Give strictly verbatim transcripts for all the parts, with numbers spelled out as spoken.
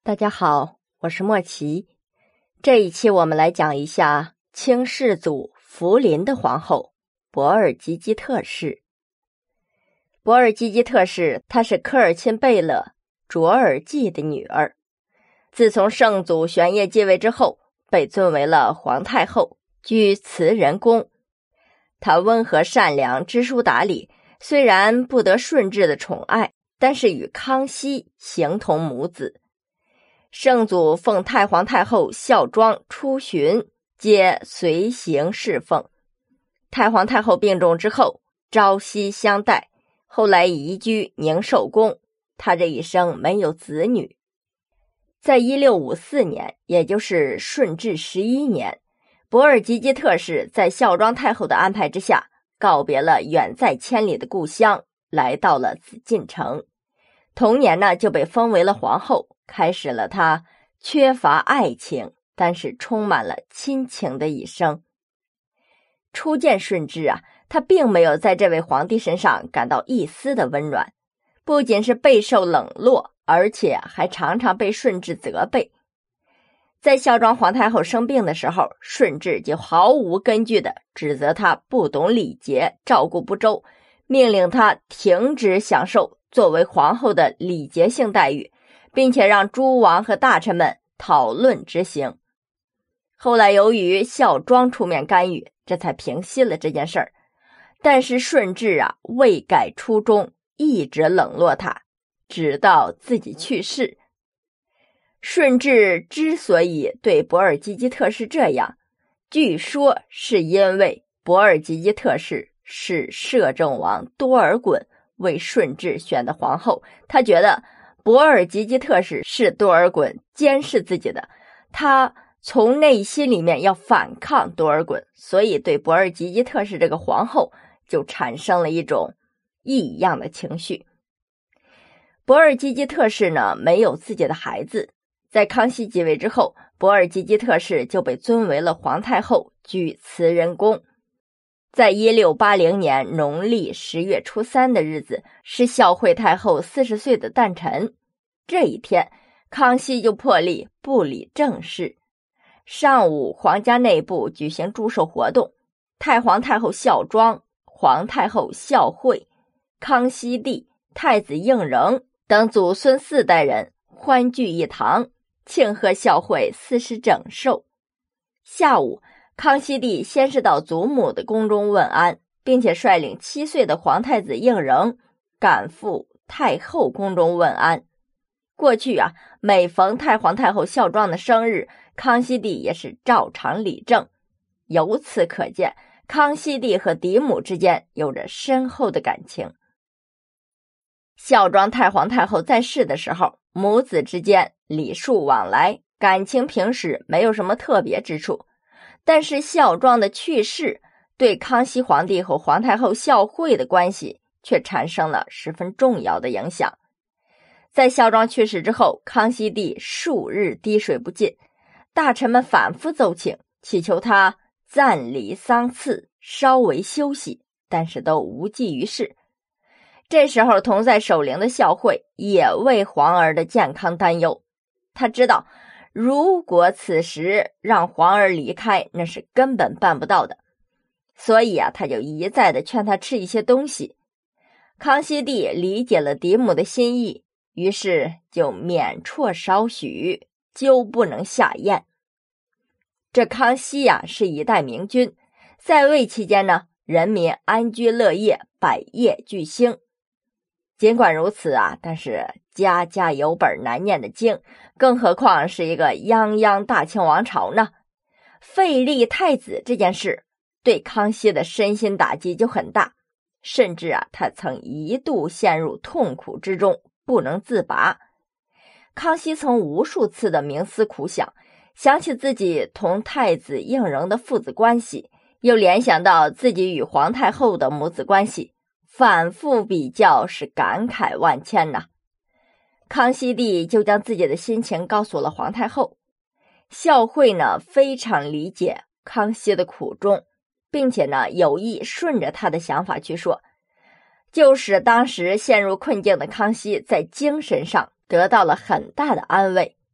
大家好，我是莫奇。这一期我们来讲一下清世祖福临的皇后博尔济吉特氏。博尔济吉特氏，她是科尔沁贝勒卓尔济的女儿。自从圣祖玄烨继位之后，被尊为了皇太后，居慈仁宫。她温和善良，知书达理，虽然不得顺治的宠爱，但是与康熙形同母子。圣祖奉太皇太后孝庄出巡，皆随行侍奉。太皇太后病重之后，朝夕相待，后来移居宁寿宫。她这一生没有子女。在一六五四年，也就是顺治十一年，博尔济吉特氏在孝庄太后的安排之下，告别了远在千里的故乡，来到了紫禁城。同年呢，就被封为了皇后，开始了她缺乏爱情但是充满了亲情的一生。初见顺治啊，他并没有在这位皇帝身上感到一丝的温暖，不仅是备受冷落，而且还常常被顺治责备。在孝庄皇太后生病的时候，顺治就毫无根据地指责她不懂礼节，照顾不周，命令她停止享受作为皇后的礼节性待遇，并且让诸王和大臣们讨论执行。后来由于孝庄出面干预，这才平息了这件事儿。但是顺治啊，未改初衷，一直冷落他，直到自己去世。顺治之所以对博尔济吉特氏这样，据说是因为博尔济吉特氏是摄政王多尔衮为顺治选的皇后，他觉得博尔济吉特氏是多尔衮监视自己的，他从内心里面要反抗多尔衮，所以对博尔济吉特氏这个皇后就产生了一种异样的情绪。博尔济吉特氏呢，没有自己的孩子。在康熙继位之后，博尔济吉特氏就被尊为了皇太后，居慈仁宫。在一六八零年农历十月初三的日子，是孝惠太后四十岁的诞辰。这一天，康熙就破例不理政事。上午，皇家内部举行祝寿活动，太皇太后孝庄、皇太后孝惠、康熙帝、太子胤禛等祖孙四代人欢聚一堂，庆贺孝惠四十整寿。下午，康熙帝先是到祖母的宫中问安，并且率领七岁的皇太子胤禛赶赴太后宫中问安。过去啊，每逢太皇太后孝庄的生日，康熙帝也是照常理政。由此可见，康熙帝和嫡母之间有着深厚的感情。孝庄太皇太后在世的时候，母子之间礼数往来，感情平时没有什么特别之处。但是孝庄的去世，对康熙皇帝和皇太后孝惠的关系却产生了十分重要的影响。在孝庄去世之后，康熙帝数日滴水不进，大臣们反复奏请，祈求他暂离丧祀，稍微休息，但是都无济于事。这时候同在守陵的孝惠也为皇儿的健康担忧，他知道如果此时让皇儿离开，那是根本办不到的，所以啊，他就一再的劝他吃一些东西。康熙帝理解了嫡母的心意，于是就免啜少许，究不能下咽。这康熙呀、啊、是一代明君，在位期间呢，人民安居乐业，百业俱兴。尽管如此啊，但是家家有本难念的经，更何况是一个泱泱大清王朝呢？废立太子这件事对康熙的身心打击就很大，甚至啊，他曾一度陷入痛苦之中，不能自拔。康熙曾无数次的冥思苦想，想起自己同太子胤禛的父子关系，又联想到自己与皇太后的母子关系，反复比较，是感慨万千呐。康熙帝就将自己的心情告诉了皇太后。孝惠呢，非常理解康熙的苦衷，并且呢，有意顺着他的想法去说，就使当时陷入困境的康熙在精神上得到了很大的安慰。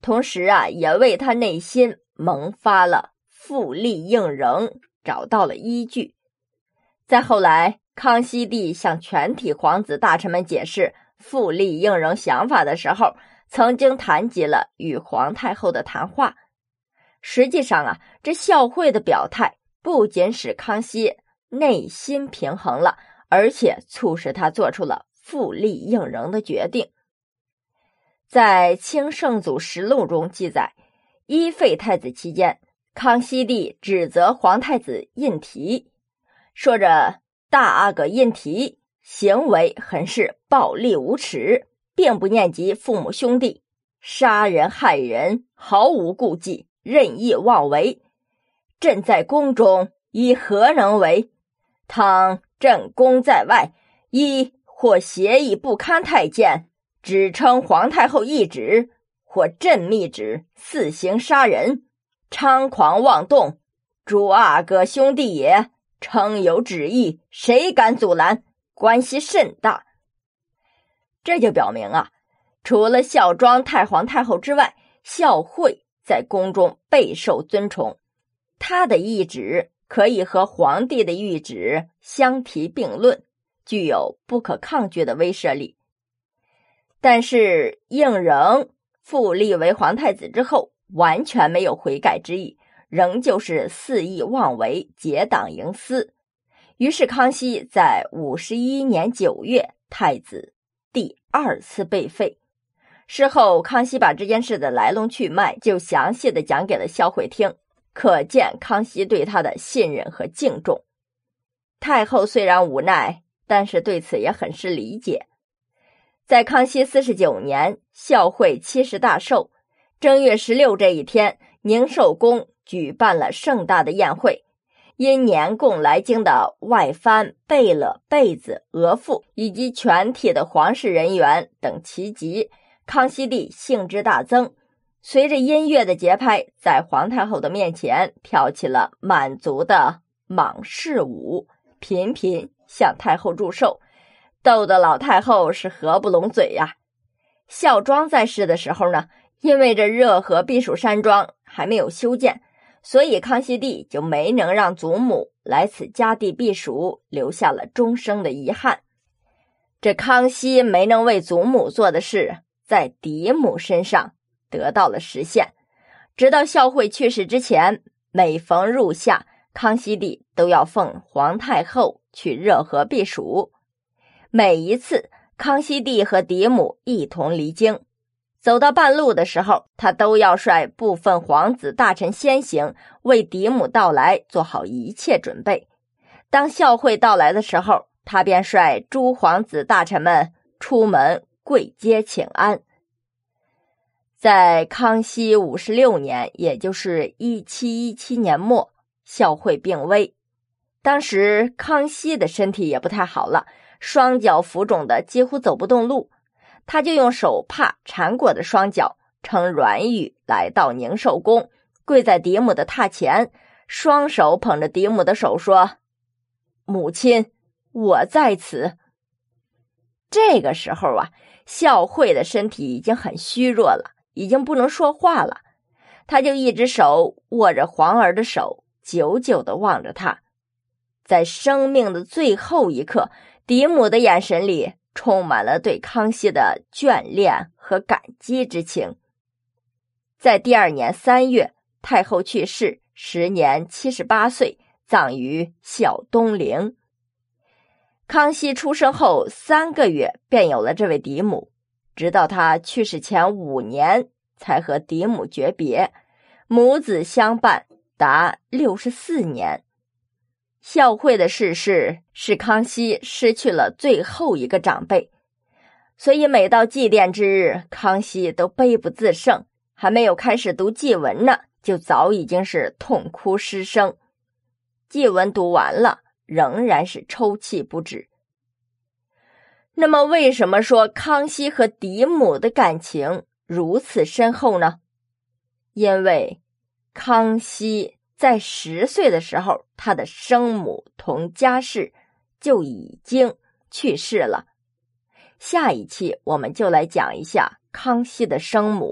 同时啊，也为他内心萌发了复立应仍找到了依据。再后来，康熙帝向全体皇子大臣们解释复立应仍想法的时候，曾经谈及了与皇太后的谈话。实际上啊，这孝惠的表态不仅使康熙内心平衡了，而且促使他做出了复立应仍的决定。在《清圣祖实录》中记载，依废太子期间，康熙帝指责皇太子胤禔，说着大阿哥胤禔行为很是暴戾无耻，并不念及父母兄弟，杀人害人，毫无顾忌，任意妄为。朕在宫中，以何能为？倘朕宫在外，一或协议不堪太监，只称皇太后懿旨，或朕密旨，肆行杀人，猖狂妄动，诸阿哥兄弟也，称有旨意，谁敢阻拦？关系甚大。这就表明啊，除了孝庄太皇太后之外，孝惠在宫中备受尊崇，他的懿旨可以和皇帝的谕旨相提并论，具有不可抗拒的威慑力。但是应仍复立为皇太子之后，完全没有悔改之意，仍旧是肆意妄为，结党营私。于是康熙在五十一年九月，太子第二次被废。事后康熙把这件事的来龙去脉就详细的讲给了孝惠听，可见康熙对他的信任和敬重。太后虽然无奈，但是对此也很是理解。在康熙四十九年，孝惠七十大寿，正月十六这一天，宁寿宫举办了盛大的宴会。因年贡来京的外藩、贝勒、贝子、额驸以及全体的皇室人员等齐集，康熙帝兴致大增，随着音乐的节拍，在皇太后的面前跳起了满族的蟒式舞，频频向太后祝寿，逗得老太后是合不拢嘴呀。孝庄在世的时候呢，因为这热河避暑山庄还没有修建，所以康熙帝就没能让祖母来此嘉地避暑，留下了终生的遗憾。这康熙没能为祖母做的事，在嫡母身上得到了实现。直到孝惠去世之前，每逢入夏，康熙帝都要奉皇太后去热河避暑。每一次康熙帝和嫡母一同离京，走到半路的时候，他都要率部分皇子大臣先行，为嫡母到来做好一切准备。当孝惠到来的时候，他便率诸皇子大臣们出门跪阶请安。在康熙五十六年，也就是一七一七年末，孝惠病危。当时康熙的身体也不太好了，双脚浮肿的几乎走不动路，他就用手帕缠裹的双脚，乘软语来到宁寿宫，跪在嫡母的榻前，双手捧着嫡母的手说：“母亲，我在此。”这个时候啊，孝惠的身体已经很虚弱了，已经不能说话了。他就一只手握着皇儿的手，久久地望着他。在生命的最后一刻，嫡母的眼神里充满了对康熙的眷恋和感激之情。在第二年三月，太后去世，时年七十八岁，葬于孝东陵。康熙出生后三个月便有了这位嫡母，直到他去世前五年才和嫡母诀别，母子相伴达六十四年。孝惠的逝世使康熙失去了最后一个长辈，所以每到祭奠之日，康熙都悲不自胜，还没有开始读祭文呢，就早已经是痛哭失声。祭文读完了，仍然是抽泣不止。那么为什么说康熙和嫡母的感情如此深厚呢？因为康熙在十岁的时候，他的生母佟佳氏就已经去世了。下一期我们就来讲一下康熙的生母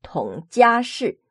统家事。